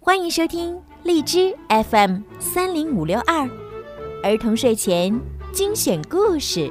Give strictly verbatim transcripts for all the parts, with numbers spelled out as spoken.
欢迎收听荔枝 F M 三零五六二儿童睡前精选故事。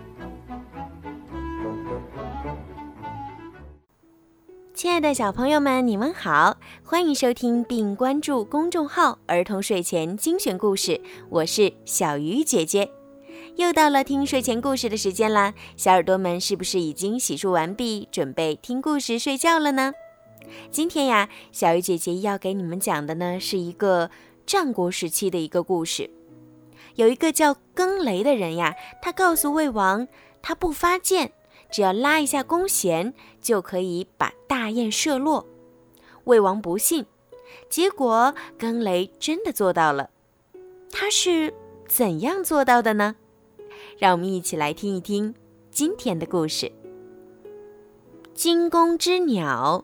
亲爱的小朋友们，你们好，欢迎收听并关注公众号儿童睡前精选故事，我是小鱼姐姐。又到了听睡前故事的时间啦，小耳朵们是不是已经洗漱完毕，准备听故事睡觉了呢？今天呀，小鱼姐姐要给你们讲的呢，是一个战国时期的一个故事。有一个叫更雷的人呀，他告诉魏王，他不发箭，只要拉一下弓弦，就可以把大雁射落。魏王不信，结果更雷真的做到了。他是怎样做到的呢？让我们一起来听一听今天的故事。惊弓之鸟。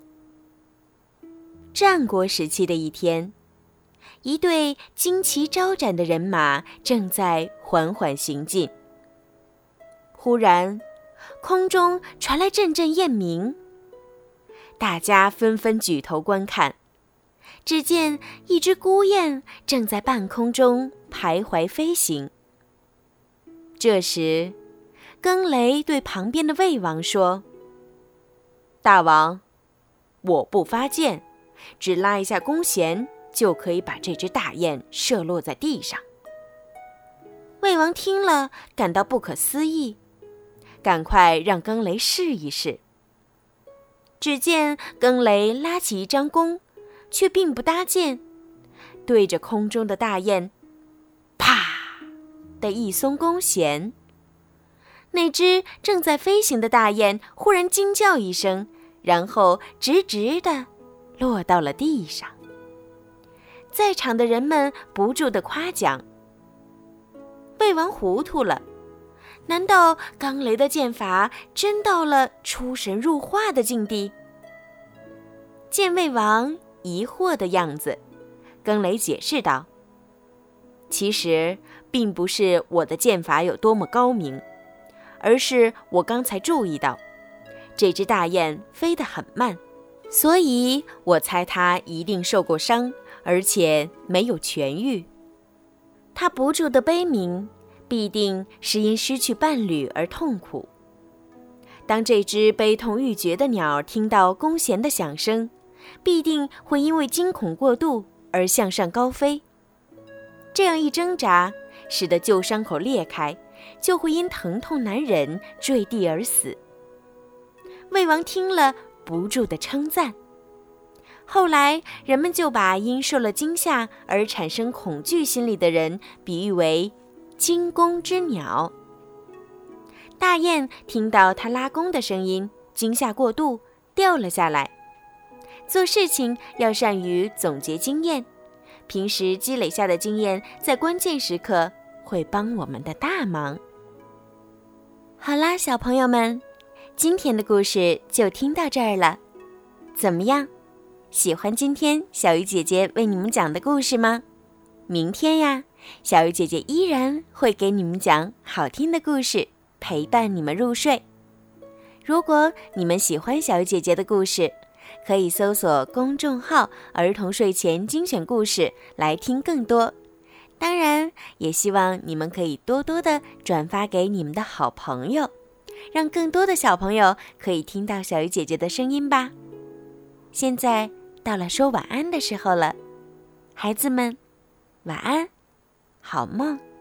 战国时期的一天，一队旌旗招展的人马正在缓缓行进。忽然，空中传来阵阵雁鸣，大家纷纷举头观看。只见一只孤雁正在半空中徘徊飞行。这时，更雷对旁边的魏王说：“大王，我不发箭，只拉一下弓弦，就可以把这只大雁射落在地上。”魏王听了，感到不可思议，赶快让更雷试一试。只见更雷拉起一张弓，却并不搭箭，对着空中的大雁，啪的一松弓弦，那只正在飞行的大雁忽然惊叫一声，然后直直地落到了地上。在场的人们不住地夸奖。魏王糊涂了，难道更雷的箭法真到了出神入化的境地？见魏王疑惑的样子，更雷解释道：“其实并不是我的箭法有多么高明，而是我刚才注意到，这只大雁飞得很慢，所以我猜它一定受过伤，而且没有痊愈。它不住的悲鸣，必定是因失去伴侣而痛苦。当这只悲痛欲绝的鸟听到弓弦的响声，必定会因为惊恐过度而向上高飞。这样一挣扎，使得旧伤口裂开，就会因疼痛难忍坠地而死。”魏王听了，不住地称赞。后来人们就把因受了惊吓而产生恐惧心理的人比喻为惊弓之鸟。大雁听到它拉弓的声音，惊吓过度，掉了下来。做事情要善于总结经验，平时积累下的经验在关键时刻会帮我们的大忙。好啦，小朋友们，今天的故事就听到这儿了。怎么样？喜欢今天小鱼姐姐为你们讲的故事吗？明天呀，小鱼姐姐依然会给你们讲好听的故事，陪伴你们入睡。如果你们喜欢小鱼姐姐的故事，可以搜索公众号儿童睡前精选故事来听更多。当然，也希望你们可以多多的转发给你们的好朋友，让更多的小朋友可以听到小鱼姐姐的声音吧。现在到了说晚安的时候了，孩子们，晚安，好梦。